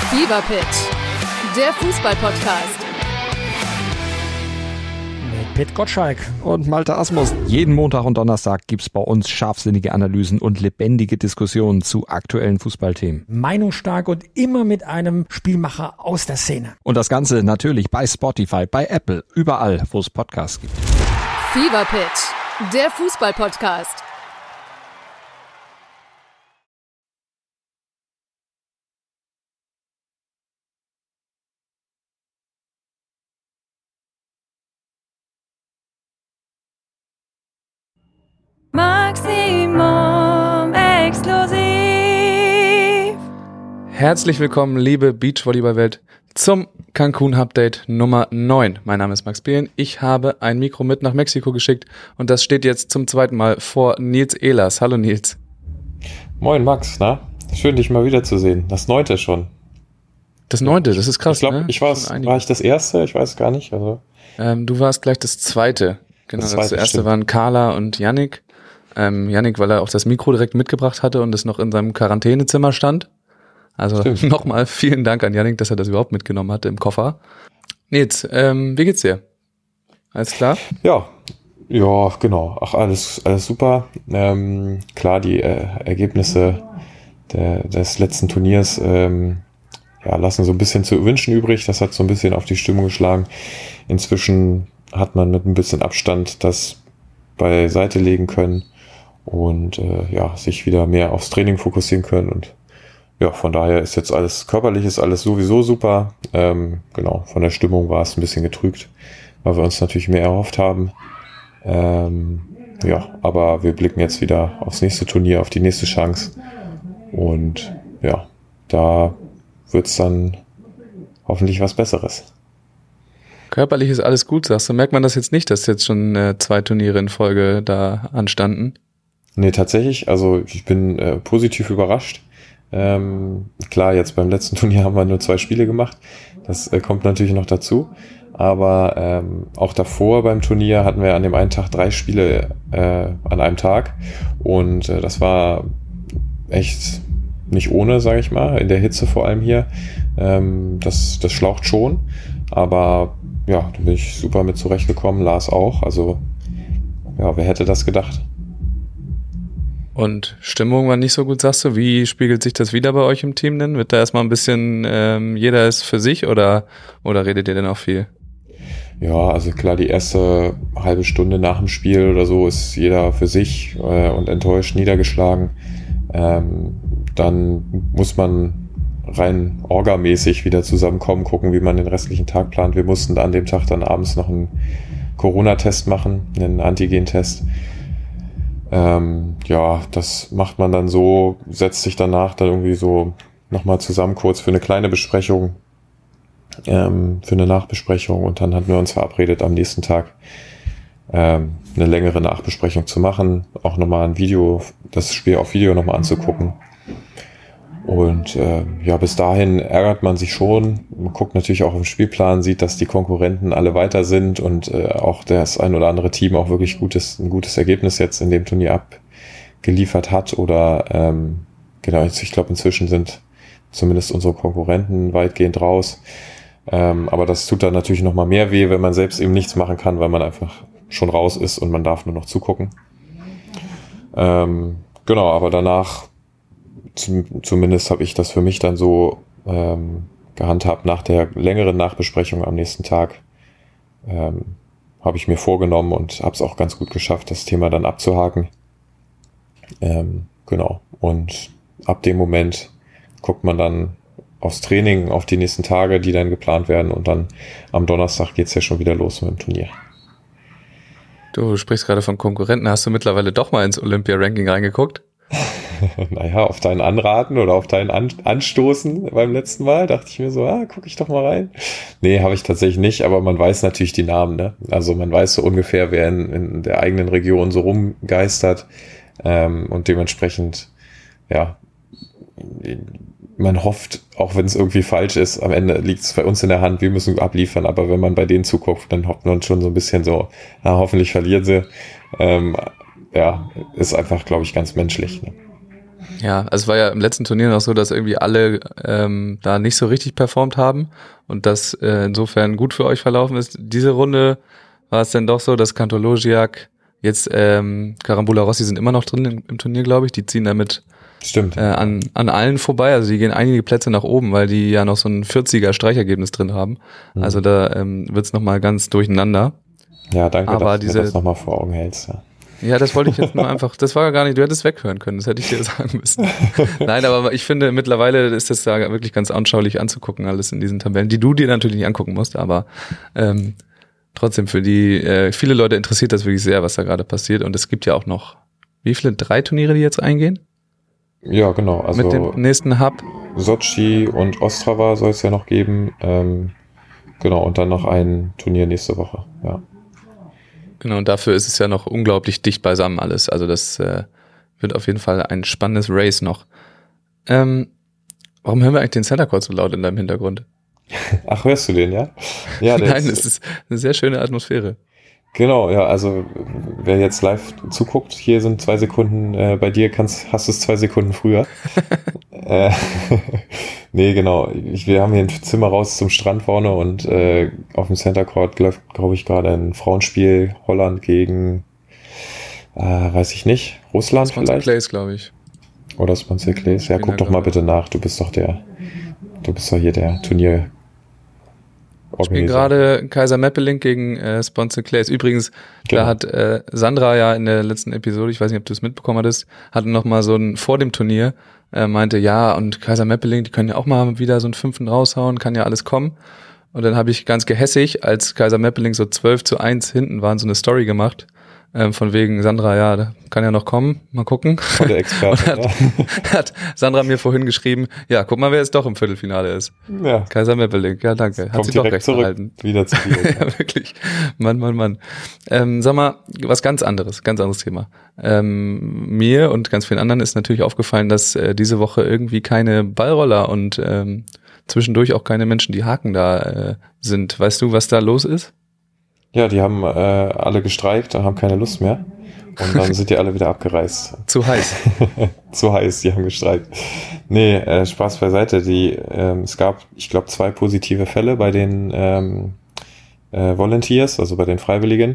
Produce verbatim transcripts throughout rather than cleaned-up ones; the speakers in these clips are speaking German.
Fever Pitch, der Fußball-Podcast. Mit Pit Gottschalk und Malte Asmus. Jeden Montag und Donnerstag gibt's bei uns scharfsinnige Analysen und lebendige Diskussionen zu aktuellen Fußballthemen. Meinungsstark und immer mit einem Spielmacher aus der Szene. Und das Ganze natürlich bei Spotify, bei Apple, überall, wo es Podcasts gibt. Fever Pitch, der Fußball-Podcast. Maximum exklusiv. Herzlich willkommen, liebe Beachvolleyball-Welt, zum Cancun-Update Nummer neun. Mein Name ist Max Behlen. Ich habe ein Mikro mit nach Mexiko geschickt und das steht jetzt zum zweiten Mal vor Nils Ehlers. Hallo Nils. Moin Max, na? Schön, dich mal wiederzusehen. Das neunte schon. Das neunte, das ist krass, ich glaube, ne? ich war, war ich das erste? Ich weiß gar nicht. Also. Ähm, du warst gleich das zweite. Genau, das, das erste stimmt. waren Carla und Yannick. Ähm, Yannick, weil er auch das Mikro direkt mitgebracht hatte und es noch in seinem Quarantänezimmer stand. Also nochmal vielen Dank an Yannick, dass er das überhaupt mitgenommen hatte im Koffer. Nils, ähm, wie geht's dir? Alles klar? Ja, ja, genau. Ach, alles, alles super. Ähm, klar, die äh, Ergebnisse der, des letzten Turniers ähm, ja, lassen so ein bisschen zu wünschen übrig. Das hat so ein bisschen auf die Stimmung geschlagen. Inzwischen hat man mit ein bisschen Abstand das beiseite legen können und äh, ja, sich wieder mehr aufs Training fokussieren können. Und ja, von daher ist jetzt alles, körperlich ist alles sowieso super. Ähm, genau, von der Stimmung war es ein bisschen getrügt, weil wir uns natürlich mehr erhofft haben. Ähm, ja, aber wir blicken jetzt wieder aufs nächste Turnier, auf die nächste Chance. Und ja, da wird's dann hoffentlich was Besseres. Körperlich ist alles gut, sagst du. Merkt man das jetzt nicht, dass jetzt schon äh, zwei Turniere in Folge da anstanden? Nee, tatsächlich. Also ich bin äh, positiv überrascht. Ähm, klar, jetzt beim letzten Turnier haben wir nur zwei Spiele gemacht. Das äh, kommt natürlich noch dazu. Aber ähm, auch davor beim Turnier hatten wir an dem einen Tag drei Spiele äh, an einem Tag. Und äh, das war echt nicht ohne, sage ich mal, in der Hitze vor allem hier. Ähm, das, das schlaucht schon. Aber ja, da bin ich super mit zurechtgekommen, Lars auch. Also ja, wer hätte das gedacht? Und Stimmung war nicht so gut, sagst du? Wie spiegelt sich das wieder bei euch im Team denn? Wird da erstmal ein bisschen, ähm, jeder ist für sich oder, oder redet ihr denn auch viel? Ja, also klar, die erste halbe Stunde nach dem Spiel oder so ist jeder für sich äh, und enttäuscht, niedergeschlagen. Ähm, dann muss man rein orgamäßig wieder zusammenkommen, gucken, wie man den restlichen Tag plant. Wir mussten an dem Tag dann abends noch einen Corona-Test machen, einen Antigen-Test. Ähm, ja, das macht man dann so, setzt sich danach dann irgendwie so nochmal zusammen kurz für eine kleine Besprechung, ähm, für eine Nachbesprechung und dann hatten wir uns verabredet, am nächsten Tag ähm, eine längere Nachbesprechung zu machen, auch nochmal ein Video, das Spiel auf Video nochmal anzugucken. Und äh, ja, bis dahin ärgert man sich schon. Man guckt natürlich auch im Spielplan, sieht, dass die Konkurrenten alle weiter sind und äh, auch das ein oder andere Team auch wirklich gutes, ein gutes Ergebnis jetzt in dem Turnier abgeliefert hat. Oder ähm, genau, ich glaube inzwischen sind zumindest unsere Konkurrenten weitgehend raus. Ähm, aber das tut dann natürlich nochmal mehr weh, wenn man selbst eben nichts machen kann, weil man einfach schon raus ist und man darf nur noch zugucken. Ähm, genau, aber danach zumindest habe ich das für mich dann so ähm, gehandhabt. Nach der längeren Nachbesprechung am nächsten Tag ähm, habe ich mir vorgenommen und habe es auch ganz gut geschafft, das Thema dann abzuhaken. Ähm, genau. Und ab dem Moment guckt man dann aufs Training, auf die nächsten Tage, die dann geplant werden. Und dann am Donnerstag geht's ja schon wieder los mit dem Turnier. Du sprichst gerade von Konkurrenten. Hast du mittlerweile doch mal ins Olympia-Ranking reingeguckt? Naja, auf deinen Anraten oder auf deinen An- Anstoßen beim letzten Mal dachte ich mir so, ah, gucke ich doch mal rein. Nee, habe ich tatsächlich nicht, aber man weiß natürlich die Namen, ne? Also man weiß so ungefähr, wer in, in der eigenen Region so rumgeistert ähm, und dementsprechend, ja, man hofft, auch wenn es irgendwie falsch ist, am Ende liegt es bei uns in der Hand, wir müssen abliefern, aber wenn man bei denen zuguckt, dann hofft man schon so ein bisschen so, na, hoffentlich verlieren sie. Ähm, ja, ist einfach, glaube ich, ganz menschlich, ne? Ja, also es war ja im letzten Turnier noch so, dass irgendwie alle ähm, da nicht so richtig performt haben und das äh, insofern gut für euch verlaufen ist. Diese Runde war es dann doch so, dass Cantologiac, jetzt ähm, Karambula Rossi sind immer noch drin im, im Turnier, glaube ich. Die ziehen damit Stimmt. Äh, an, an allen vorbei. Also die gehen einige Plätze nach oben, weil die ja noch so ein vierziger Streichergebnis drin haben. Mhm. Also da ähm, wird's noch mal ganz durcheinander. Ja, danke, aber dass diese, du mir das nochmal vor Augen hältst. Ja. Ja, das wollte ich jetzt nur einfach, das war gar nicht, du hättest weghören können, das hätte ich dir sagen müssen. Nein, aber ich finde, mittlerweile ist das da wirklich ganz anschaulich anzugucken, alles in diesen Tabellen, die du dir natürlich nicht angucken musst, aber ähm, trotzdem für die, äh, viele Leute interessiert das wirklich sehr, was da gerade passiert und es gibt ja auch noch, wie viele, drei Turniere, die jetzt eingehen? Ja, genau. Also mit dem nächsten Hub. Sochi und Ostrava soll es ja noch geben, ähm, genau, und dann noch ein Turnier nächste Woche, ja. Genau, und dafür ist es ja noch unglaublich dicht beisammen alles. Also das äh, wird auf jeden Fall ein spannendes Race noch. Ähm, warum hören wir eigentlich den Center Court so laut in deinem Hintergrund? Ach, hörst du den, ja? Ja, der Nein, es ist eine sehr schöne Atmosphäre. Genau, ja, also wer jetzt live zuguckt, hier sind zwei Sekunden, äh, bei dir kannst, hast du es zwei Sekunden früher. äh, nee, genau, ich, wir haben hier ein Zimmer raus zum Strand vorne und äh, auf dem Center Court läuft, glaube ich, gerade ein Frauenspiel, Holland gegen, äh, weiß ich nicht, Russland Sponsor vielleicht? Clays, glaube ich. Oder Sponsor Clays, ja, guck doch mal bitte nach, du bist doch der, du bist doch hier der Turnier. Ich spiele gerade Kaiser Meppeling gegen äh, Sponsor Clays. Übrigens, genau. Da hat äh, Sandra ja in der letzten Episode, ich weiß nicht, ob du es mitbekommen hattest, hatte noch mal so ein, vor dem Turnier, äh, meinte, ja, und Kaiser Meppeling, die können ja auch mal wieder so einen Fünften raushauen, kann ja alles kommen. Und dann habe ich ganz gehässig, als Kaiser Meppeling so zwölf zu eins hinten waren, so eine Story gemacht. Ähm, von wegen Sandra, ja, da kann ja noch kommen, mal gucken. Von der Expertin, hat, ja. hat Sandra mir vorhin geschrieben, ja, guck mal, wer jetzt doch im Viertelfinale ist. Ja. Kaiser Meppeling, ja, danke. Hat Kommt sie doch recht zurück, behalten. Wieder zu dir. Ja, wirklich. Mann, Mann, Mann. Ähm, sag mal, was ganz anderes, ganz anderes Thema. Ähm, mir und ganz vielen anderen ist natürlich aufgefallen, dass äh, diese Woche irgendwie keine Ballroller und ähm, zwischendurch auch keine Menschen, die Haken da äh, sind. Weißt du, was da los ist? Ja, die haben äh, alle gestreikt und haben keine Lust mehr. Und dann sind die alle wieder abgereist. Zu heiß. Zu heiß, die haben gestreikt. Nee, äh, Spaß beiseite. Die, ähm, es gab, ich glaube, zwei positive Fälle bei den ähm, äh, Volunteers, also bei den Freiwilligen.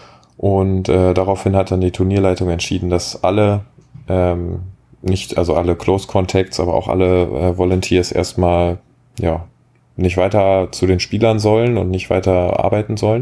Und äh, daraufhin hat dann die Turnierleitung entschieden, dass alle, ähm, nicht, also alle Close Contacts, aber auch alle äh, Volunteers erstmal, ja, nicht weiter zu den Spielern sollen und nicht weiter arbeiten sollen.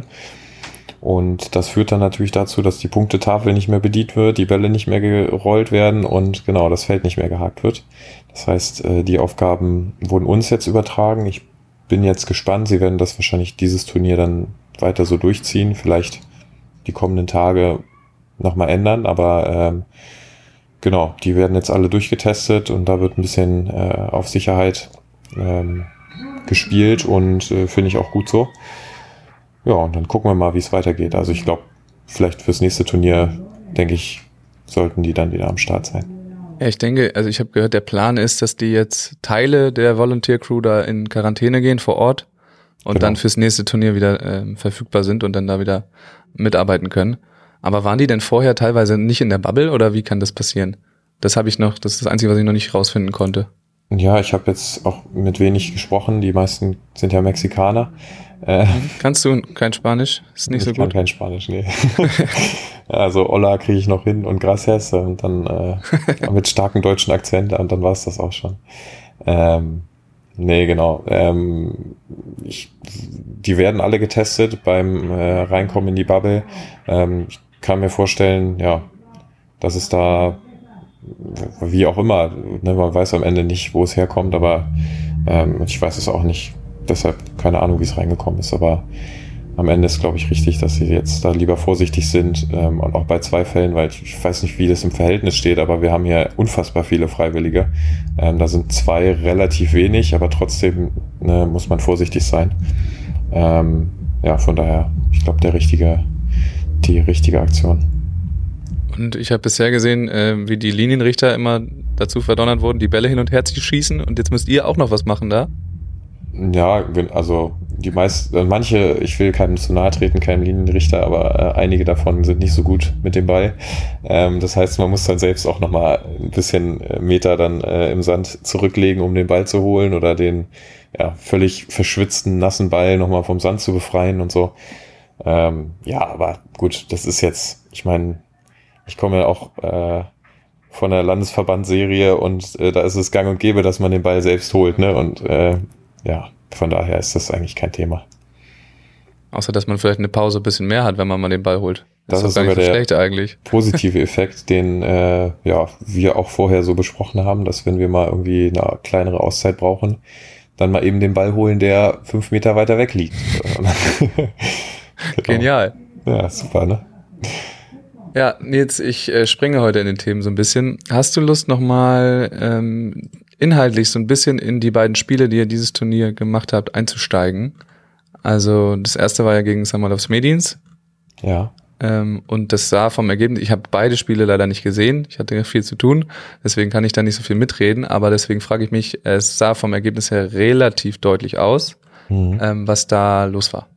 Und das führt dann natürlich dazu, dass die Punktetafel nicht mehr bedient wird, die Bälle nicht mehr gerollt werden und genau, das Feld nicht mehr gehakt wird. Das heißt, die Aufgaben wurden uns jetzt übertragen. Ich bin jetzt gespannt. Sie werden das wahrscheinlich dieses Turnier dann weiter so durchziehen. Vielleicht die kommenden Tage nochmal ändern, aber ähm, genau, die werden jetzt alle durchgetestet und da wird ein bisschen äh, auf Sicherheit ähm, gespielt und äh, finde ich auch gut so. Ja, und dann gucken wir mal, wie es weitergeht. Also ich glaube, vielleicht fürs nächste Turnier, denke ich, sollten die dann wieder am Start sein. Ja, ich denke, also ich habe gehört, der Plan ist, dass die jetzt Teile der Volunteer Crew da in Quarantäne gehen vor Ort und genau. dann fürs nächste Turnier wieder äh, verfügbar sind und dann da wieder mitarbeiten können. Aber waren die denn vorher teilweise nicht in der Bubble oder wie kann das passieren? Das habe ich noch, das ist das Einzige, was ich noch nicht rausfinden konnte. Ja, ich habe jetzt auch mit wenig gesprochen. Die meisten sind ja Mexikaner. Äh, Kannst du kein Spanisch? Ist nicht so gut. Ich kann kein Spanisch, nee. Also Hola kriege ich noch hin und Gracias und dann äh, mit starkem deutschen Akzent und dann war es das auch schon. Ähm, nee, genau. Ähm, ich, die werden alle getestet beim äh, Reinkommen in die Bubble. Ähm, ich kann mir vorstellen, ja, dass es da wie auch immer, ne, man weiß am Ende nicht, wo es herkommt, aber ähm, ich weiß es auch nicht, deshalb keine Ahnung, wie es reingekommen ist, aber am Ende ist, glaube ich, richtig, dass sie jetzt da lieber vorsichtig sind ähm, und auch bei zwei Fällen, weil ich, ich weiß nicht, wie das im Verhältnis steht, aber wir haben hier unfassbar viele Freiwillige. Ähm, da sind zwei relativ wenig, aber trotzdem ne, muss man vorsichtig sein. Ähm, ja, von daher, ich glaube, der richtige, die richtige Aktion. Und ich habe bisher gesehen, äh, wie die Linienrichter immer dazu verdonnert wurden, die Bälle hin und her zu schießen. Und jetzt müsst ihr auch noch was machen da? Ja, also die meisten, manche, ich will keinem zu nahe treten, keinem Linienrichter, aber äh, einige davon sind nicht so gut mit dem Ball. Ähm, das heißt, man muss dann selbst auch nochmal ein bisschen Meter dann äh, im Sand zurücklegen, um den Ball zu holen oder den ja, völlig verschwitzten, nassen Ball nochmal vom Sand zu befreien und so. Ähm, ja, aber gut, das ist jetzt, ich meine, ich komme ja auch äh, von der Landesverbandserie und äh, da ist es gang und gäbe, dass man den Ball selbst holt, ne? Und äh, ja, von daher ist das eigentlich kein Thema. Außer, dass man vielleicht eine Pause ein bisschen mehr hat, wenn man mal den Ball holt. Das, das ist sogar der schlecht eigentlich. Positive Effekt, den äh, ja wir auch vorher so besprochen haben, dass wenn wir mal irgendwie eine kleinere Auszeit brauchen, dann mal eben den Ball holen, der fünf Meter weiter weg liegt. Genau. Genial. Ja, super, ne? Ja, Nils, ich äh, springe heute in den Themen so ein bisschen. Hast du Lust nochmal ähm, inhaltlich so ein bisschen in die beiden Spiele, die ihr dieses Turnier gemacht habt, einzusteigen? Also das erste war ja gegen Samolovs Medins. Ja. Ähm, und das sah vom Ergebnis, ich habe beide Spiele leider nicht gesehen, ich hatte viel zu tun, deswegen kann ich da nicht so viel mitreden, aber deswegen frage ich mich, es sah vom Ergebnis her relativ deutlich aus, mhm. ähm, was da los war.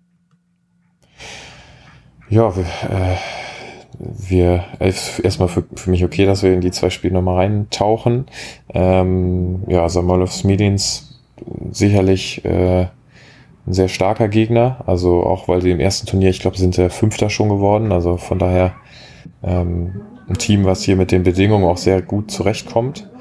Ja, wir, äh Wir, erstmal für, für mich okay, dass wir in die zwei Spiele nochmal reintauchen. Ähm, ja, Samolovs Medins sicherlich äh, ein sehr starker Gegner, also auch weil sie im ersten Turnier, ich glaube, sind sie Fünfter schon geworden, also von daher ähm, ein Team, was hier mit den Bedingungen auch sehr gut zurechtkommt.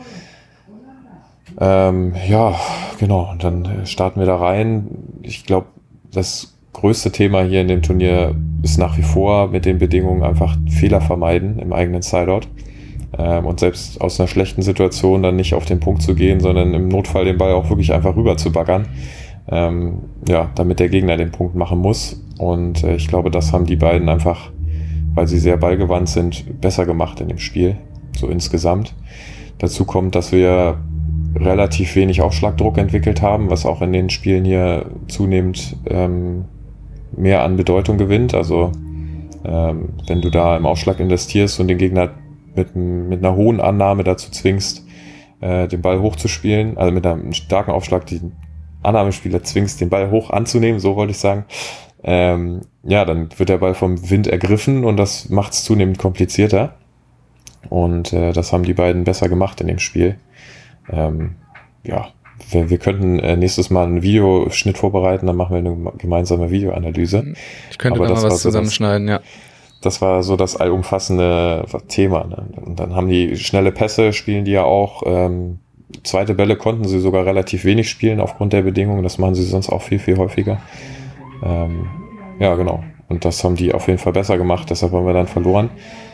Ähm, ja, genau, und dann starten wir da rein. Ich glaube, das größte Thema hier in dem Turnier ist nach wie vor mit den Bedingungen einfach Fehler vermeiden im eigenen Sideout ähm, und selbst aus einer schlechten Situation dann nicht auf den Punkt zu gehen, sondern im Notfall den Ball auch wirklich einfach rüber zu baggern, ähm, ja, damit der Gegner den Punkt machen muss. Und äh, ich glaube, das haben die beiden einfach, weil sie sehr ballgewandt sind, besser gemacht in dem Spiel, so insgesamt. Dazu kommt, dass wir relativ wenig Aufschlagdruck entwickelt haben, was auch in den Spielen hier zunehmend ähm, mehr an Bedeutung gewinnt. Also ähm, wenn du da im Aufschlag investierst und den Gegner mit, mit einer hohen Annahme dazu zwingst, äh, den Ball hochzuspielen, also mit einem starken Aufschlag die Annahmespieler zwingst, den Ball hoch anzunehmen, so wollte ich sagen, ähm, ja, dann wird der Ball vom Wind ergriffen und das macht es zunehmend komplizierter. Und äh, das haben die beiden besser gemacht in dem Spiel. Ähm, ja, wir, wir könnten äh, nächstes Mal einen Videoschnitt vorbereiten, dann machen wir eine gemeinsame Videoanalyse. Ich könnte da mal was zusammenschneiden, so das, ja. Das war so das allumfassende Thema. Ne? Und dann haben die schnelle Pässe, spielen die ja auch. Ähm, zweite Bälle konnten sie sogar relativ wenig spielen aufgrund der Bedingungen. Das machen sie sonst auch viel, viel häufiger. Ähm, ja, genau. Und das haben die auf jeden Fall besser gemacht, deshalb haben wir dann verloren.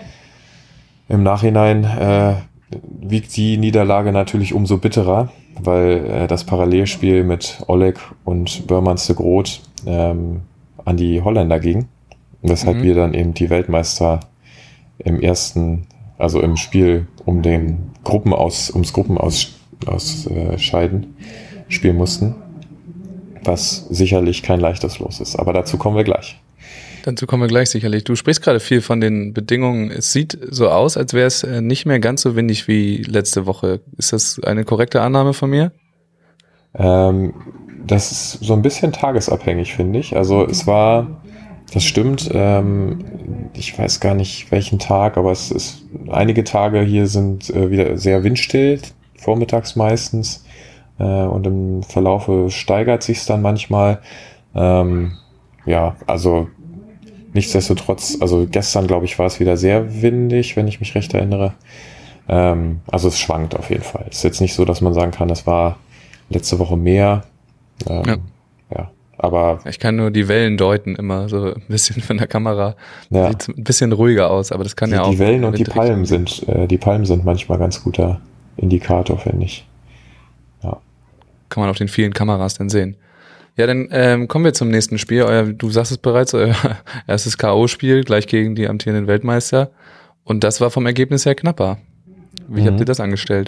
Im Nachhinein äh, wiegt die Niederlage natürlich umso bitterer, weil äh, das Parallelspiel mit Oleg und Burmans de Groot ähm, an die Holländer ging, weshalb mhm. wir dann eben die Weltmeister im ersten, also im Spiel um den Gruppenaus, ums Gruppenausscheiden äh, spielen mussten, was sicherlich kein leichtes Los ist, aber dazu kommen wir gleich. Dazu kommen wir gleich sicherlich. Du sprichst gerade viel von den Bedingungen. Es sieht so aus, als wäre es nicht mehr ganz so windig wie letzte Woche. Ist das eine korrekte Annahme von mir? Ähm, das ist so ein bisschen tagesabhängig, finde ich. Also es war, das stimmt, ähm, ich weiß gar nicht welchen Tag, aber es ist, einige Tage hier sind äh, wieder sehr windstill, vormittags meistens. Äh, und im Verlaufe steigert sich's dann manchmal. Ähm, ja, also nichtsdestotrotz, also gestern, glaube ich, war es wieder sehr windig, wenn ich mich recht erinnere. Ähm, also es schwankt auf jeden Fall. Es ist jetzt nicht so, dass man sagen kann, es war letzte Woche mehr. Ähm, ja. ja. Aber ich kann nur die Wellen deuten, immer so ein bisschen von der Kamera. Ja. Sieht ein bisschen ruhiger aus, aber das kann die, ja auch. Die Wellen und die Palmen sind, äh, die Palmen sind manchmal ganz guter Indikator, finde ich. Ja. Kann man auf den vielen Kameras dann sehen. Ja, dann ähm, kommen wir zum nächsten Spiel. Euer, du sagst es bereits, euer erstes K O-Spiel, gleich gegen die amtierenden Weltmeister. Und das war vom Ergebnis her knapper. Wie mhm. habt ihr das angestellt?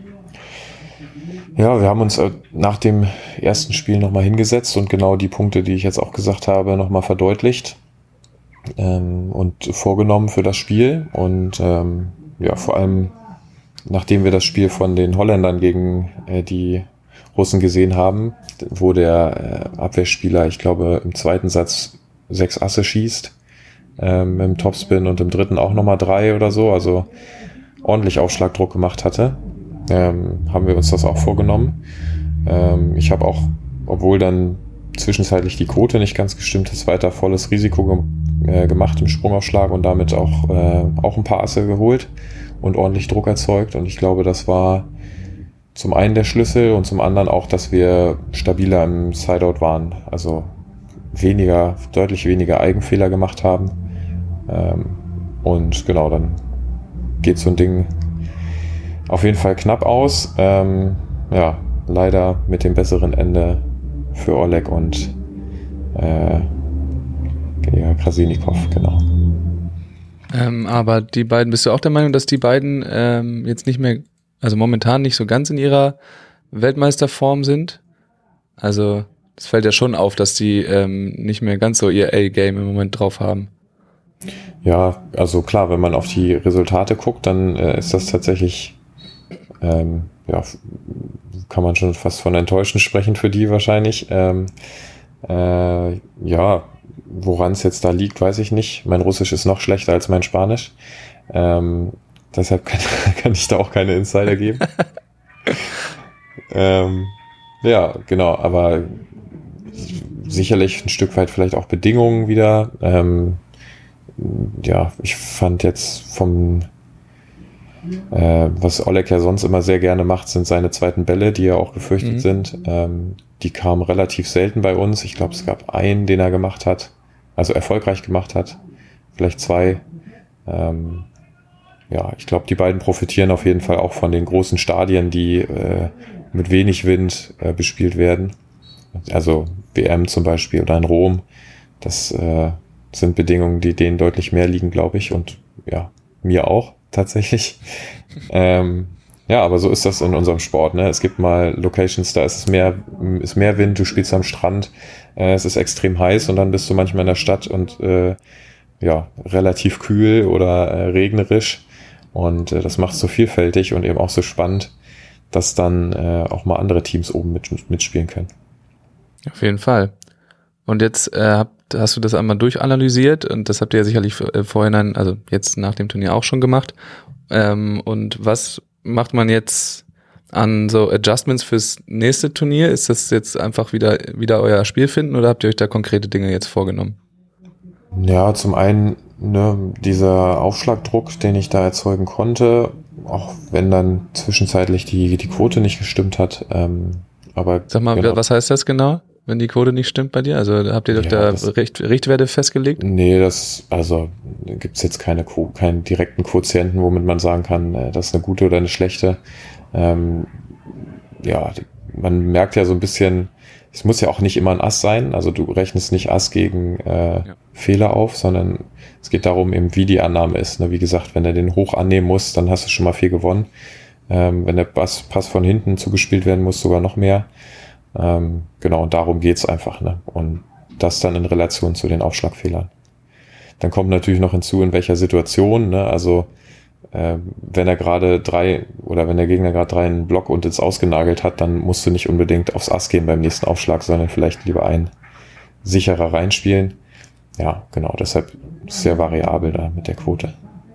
Ja, wir haben uns nach dem ersten Spiel nochmal hingesetzt und genau die Punkte, die ich jetzt auch gesagt habe, nochmal verdeutlicht ähm, und vorgenommen für das Spiel. Und ähm, ja, vor allem, nachdem wir das Spiel von den Holländern gegen äh, die Russen gesehen haben, wo der äh, Abwehrspieler, ich glaube, im zweiten Satz sechs Asse schießt, ähm, im Topspin und im dritten auch nochmal drei oder so, also ordentlich Aufschlagdruck gemacht hatte, ähm, haben wir uns das auch vorgenommen. Ähm, ich habe auch, obwohl dann zwischenzeitlich die Quote nicht ganz gestimmt ist, weiter volles Risiko ge- äh, gemacht im Sprungaufschlag und damit auch, äh, auch ein paar Asse geholt und ordentlich Druck erzeugt. Und ich glaube, das war zum einen der Schlüssel und zum anderen auch, dass wir stabiler im Sideout waren. Also weniger, deutlich weniger Eigenfehler gemacht haben. Ähm, und genau, dann geht so ein Ding auf jeden Fall knapp aus. Ähm, ja, leider mit dem besseren Ende für Oleg und äh, ja, Krasinikov, genau. Ähm, aber die beiden, bist du auch der Meinung, dass die beiden ähm, jetzt nicht mehr, also momentan nicht so ganz in ihrer Weltmeisterform sind? Also es fällt ja schon auf, dass die ähm, nicht mehr ganz so ihr A-Game im Moment drauf haben. Ja, also klar, wenn man auf die Resultate guckt, dann äh, ist das tatsächlich, ähm, ja, kann man schon fast von enttäuschend sprechen für die wahrscheinlich. Ähm, äh, ja, woran es jetzt da liegt, weiß ich nicht. Mein Russisch ist noch schlechter als mein Spanisch. Ähm, deshalb kann, kann ich da auch keine Insider geben. ähm, ja, genau, aber sicherlich ein Stück weit vielleicht auch Bedingungen wieder. Ähm, ja, ich fand jetzt vom, äh, was Oleg ja sonst immer sehr gerne macht, sind seine zweiten Bälle, die ja auch gefürchtet mhm. sind. Ähm, die kamen relativ selten bei uns. Ich glaube, es gab einen, den er gemacht hat, also erfolgreich gemacht hat. Vielleicht zwei. Ähm, ja, ich glaube, die beiden profitieren auf jeden Fall auch von den großen Stadien, die äh, mit wenig Wind äh, bespielt werden. Also W M zum Beispiel oder in Rom. Das äh, sind Bedingungen, die denen deutlich mehr liegen, glaube ich. Und ja, mir auch tatsächlich. ähm, ja, aber so ist das in unserem Sport. Ne? Es gibt mal Locations, da ist es mehr, ist mehr Wind, du spielst am Strand, äh, es ist extrem heiß und dann bist du manchmal in der Stadt und äh, ja, relativ kühl oder äh, regnerisch. Und äh, das macht es so vielfältig und eben auch so spannend, dass dann äh, auch mal andere Teams oben mit, mitspielen können. Auf jeden Fall. Und jetzt äh, habt, hast du das einmal durchanalysiert und das habt ihr ja sicherlich äh, vorhin, also jetzt nach dem Turnier auch schon gemacht. Ähm, und was macht man jetzt an so Adjustments fürs nächste Turnier? Ist das jetzt einfach wieder, wieder euer Spiel finden oder habt ihr euch da konkrete Dinge jetzt vorgenommen? Ja, zum einen ne, dieser Aufschlagdruck, den ich da erzeugen konnte, auch wenn dann zwischenzeitlich die, die Quote nicht gestimmt hat. Ähm, aber Sag mal, genau. Was heißt das genau, wenn die Quote nicht stimmt bei dir? Also habt ihr doch ja, da Richt, Richtwerte festgelegt? Nee, das, also gibt's jetzt keine, keinen direkten Quotienten, womit man sagen kann, das ist eine gute oder eine schlechte. Ähm, ja, man merkt ja so ein bisschen, es muss ja auch nicht immer ein Ass sein, also du rechnest nicht Ass gegen äh, ja. Fehler auf, sondern es geht darum, eben wie die Annahme ist. Ne? Wie gesagt, wenn er den hoch annehmen muss, dann hast du schon mal viel gewonnen. Ähm, wenn der Pass, Pass von hinten zugespielt werden muss, sogar noch mehr. Ähm, genau, und darum geht's einfach. Ne? Und das dann in Relation zu den Aufschlagfehlern. Dann kommt natürlich noch hinzu, in welcher Situation. Ne? Also äh, wenn er gerade drei oder wenn der Gegner gerade drei einen Block und ins Ausgenagelt hat, dann musst du nicht unbedingt aufs Ass gehen beim nächsten Aufschlag, sondern vielleicht lieber einen sicherer reinspielen. Ja, genau, deshalb ist es sehr variabel da mit der Quote.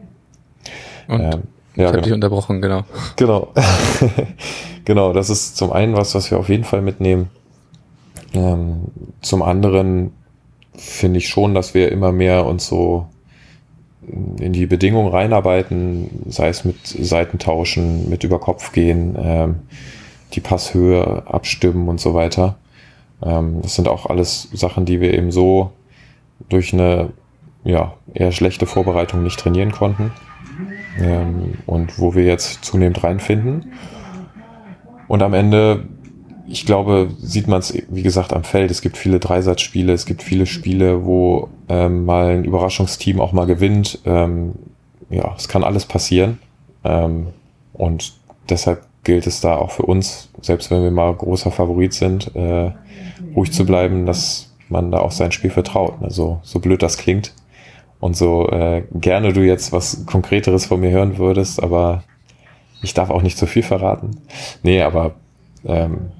Und ähm, ich ja, habe genau. dich unterbrochen, genau. Genau. Genau, das ist zum einen was, was wir auf jeden Fall mitnehmen. Ähm, zum anderen finde ich schon, dass wir immer mehr uns so in die Bedingungen reinarbeiten, sei es mit Seitentauschen, mit über Kopf gehen, ähm, die Passhöhe abstimmen und so weiter. Ähm, das sind auch alles Sachen, die wir eben so durch eine ja, eher schlechte Vorbereitung nicht trainieren konnten. Ähm, und wo wir jetzt zunehmend reinfinden. Und am Ende, ich glaube, sieht man es, wie gesagt, am Feld. Es gibt viele Dreisatzspiele, es gibt viele Spiele, wo ähm, mal ein Überraschungsteam auch mal gewinnt. Ähm, ja, es kann alles passieren. Ähm, und deshalb gilt es da auch für uns, selbst wenn wir mal großer Favorit sind, äh, ruhig zu bleiben, dass man da auf sein Spiel vertraut. Also, so blöd das klingt. Und so äh, gerne du jetzt was Konkreteres von mir hören würdest, aber ich darf auch nicht zu viel verraten. Nee, aber ähm,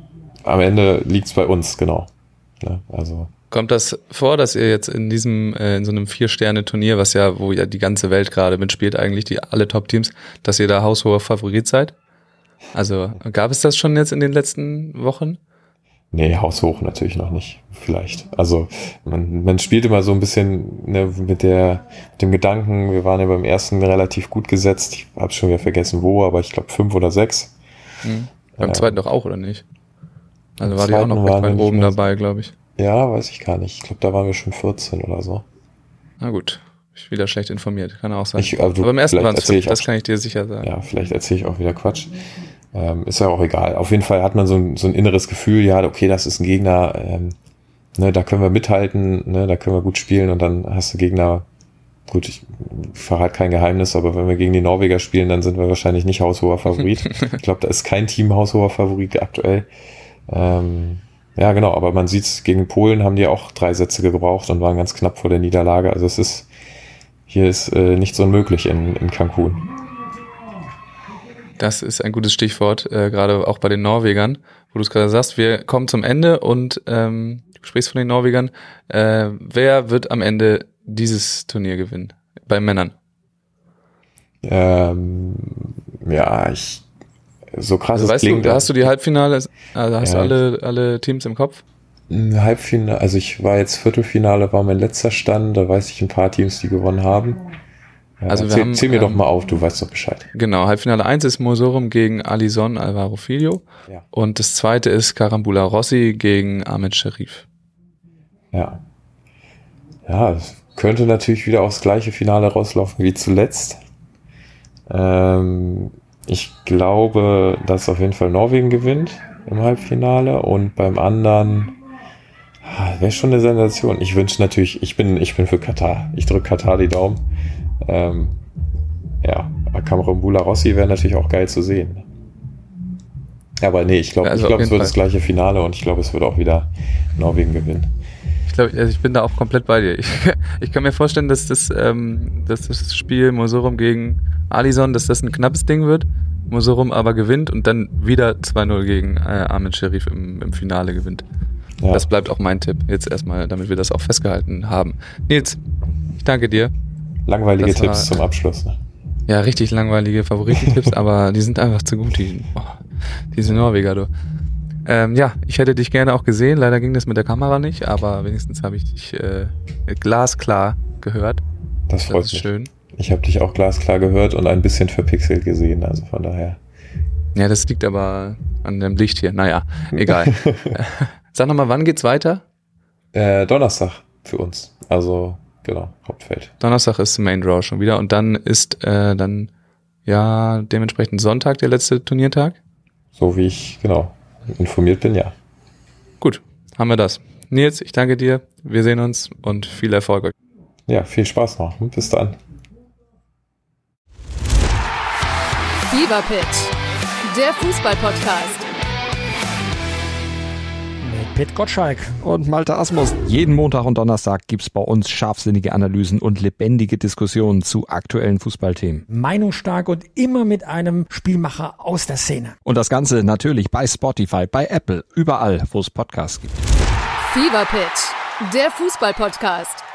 am Ende liegt's bei uns, genau. Ja, also. Kommt das vor, dass ihr jetzt in diesem, äh, in so einem Vier-Sterne-Turnier, was ja, wo ja die ganze Welt gerade mitspielt, eigentlich die alle Top-Teams, dass ihr da haushoher Favorit seid? Also gab es das schon jetzt in den letzten Wochen? Nee, haushoch natürlich noch nicht, vielleicht. Also man, man spielt immer so ein bisschen ne, mit der mit dem Gedanken, wir waren ja beim ersten relativ gut gesetzt, ich habe schon wieder vergessen wo, aber ich glaube fünf oder sechs. Mhm. Beim äh, zweiten doch auch, oder nicht? Also war die auch noch recht weit oben dabei, glaube ich. Ja, weiß ich gar nicht. Ich glaube, da waren wir schon vierzehn oder so. Na gut, ich bin wieder schlecht informiert, kann auch sein. Ich, aber, du, aber im ersten waren es fünf, das auch, kann ich dir sicher sagen. Ja, vielleicht erzähle ich auch wieder Quatsch. Ähm, ist ja auch egal. Auf jeden Fall hat man so ein, so ein inneres Gefühl, ja, okay, das ist ein Gegner, ähm, ne, da können wir mithalten, ne, da können wir gut spielen und dann hast du Gegner, gut, ich verrate kein Geheimnis, aber wenn wir gegen die Norweger spielen, dann sind wir wahrscheinlich nicht haushoher Favorit. Ich glaube, da ist kein Team haushoher Favorit aktuell. Ähm, ja, genau, aber man sieht, gegen Polen haben die auch drei Sätze gebraucht und waren ganz knapp vor der Niederlage. Also es ist, hier ist äh, nichts unmöglich in, in Cancun. Das ist ein gutes Stichwort, äh, gerade auch bei den Norwegern, wo du es gerade sagst, wir kommen zum Ende und ähm, du sprichst von den Norwegern. Äh, wer wird am Ende dieses Turnier gewinnen? Bei Männern? Ähm, ja, ich so krass also, es weißt klingt. Du, hast du die Halbfinale, also hast ja, du alle, alle Teams im Kopf? Halbfinale, also ich war jetzt Viertelfinale, war mein letzter Stand, da weiß ich ein paar Teams, die gewonnen haben. Ja, also wir zähl, haben, zähl mir ähm, doch mal auf, du weißt doch Bescheid. Genau, Halbfinale eins ist Mosorum gegen Alison Alvaro Filho ja. Und das zweite ist Karambula Rossi gegen Ahmed Sherif. Ja. Ja, es könnte natürlich wieder aufs gleiche Finale rauslaufen wie zuletzt. Ähm, ich glaube, dass auf jeden Fall Norwegen gewinnt im Halbfinale und beim anderen wäre schon eine Sensation. Ich wünsche natürlich, ich bin, ich bin für Katar. Ich drücke Katar die Daumen. Ähm, ja, Karambula Rossi wäre natürlich auch geil zu sehen. Aber nee, ich glaube, also ich glaube, es wird Fall. das gleiche Finale und ich glaube, es wird auch wieder Norwegen gewinnen. Ich glaube, also ich bin da auch komplett bei dir. Ich, ich kann mir vorstellen, dass das, ähm, dass das Spiel Mosorum gegen Alison, dass das ein knappes Ding wird. Mosorum aber gewinnt und dann wieder zwei null gegen äh, Ahmed Sherif im, im Finale gewinnt. Ja. Das bleibt auch mein Tipp. Jetzt erstmal, damit wir das auch festgehalten haben. Nils, ich danke dir. Langweilige das Tipps war, zum Abschluss. Ne? Ja, richtig langweilige Favoritentipps, aber die sind einfach zu gut, die, oh, diese Norweger, du. Ähm, ja, ich hätte dich gerne auch gesehen. Leider ging das mit der Kamera nicht, aber wenigstens habe ich dich äh, glasklar gehört. Das freut das ist mich. Schön. Ich habe dich auch glasklar gehört und ein bisschen verpixelt gesehen, also von daher. Ja, das liegt aber an dem Licht hier. Naja, egal. Sag nochmal, wann geht's weiter? Äh, Donnerstag für uns. Also, genau, Hauptfeld. Donnerstag ist Main Draw schon wieder und dann ist äh, dann ja dementsprechend Sonntag der letzte Turniertag? So wie ich, genau, informiert bin, ja. Gut, haben wir das. Nils, ich danke dir. Wir sehen uns und viel Erfolg euch. Ja, viel Spaß noch. Bis dann. Fever Pitch, der Fußball-Podcast. Mit Pit Gottschalk und Malte Asmus. Jeden Montag und Donnerstag gibt's bei uns scharfsinnige Analysen und lebendige Diskussionen zu aktuellen Fußballthemen. meinungsstark und immer mit einem Spielmacher aus der Szene. Und das Ganze natürlich bei Spotify, bei Apple, überall, wo es Podcasts gibt. Fever Pitch, der Fußball-Podcast.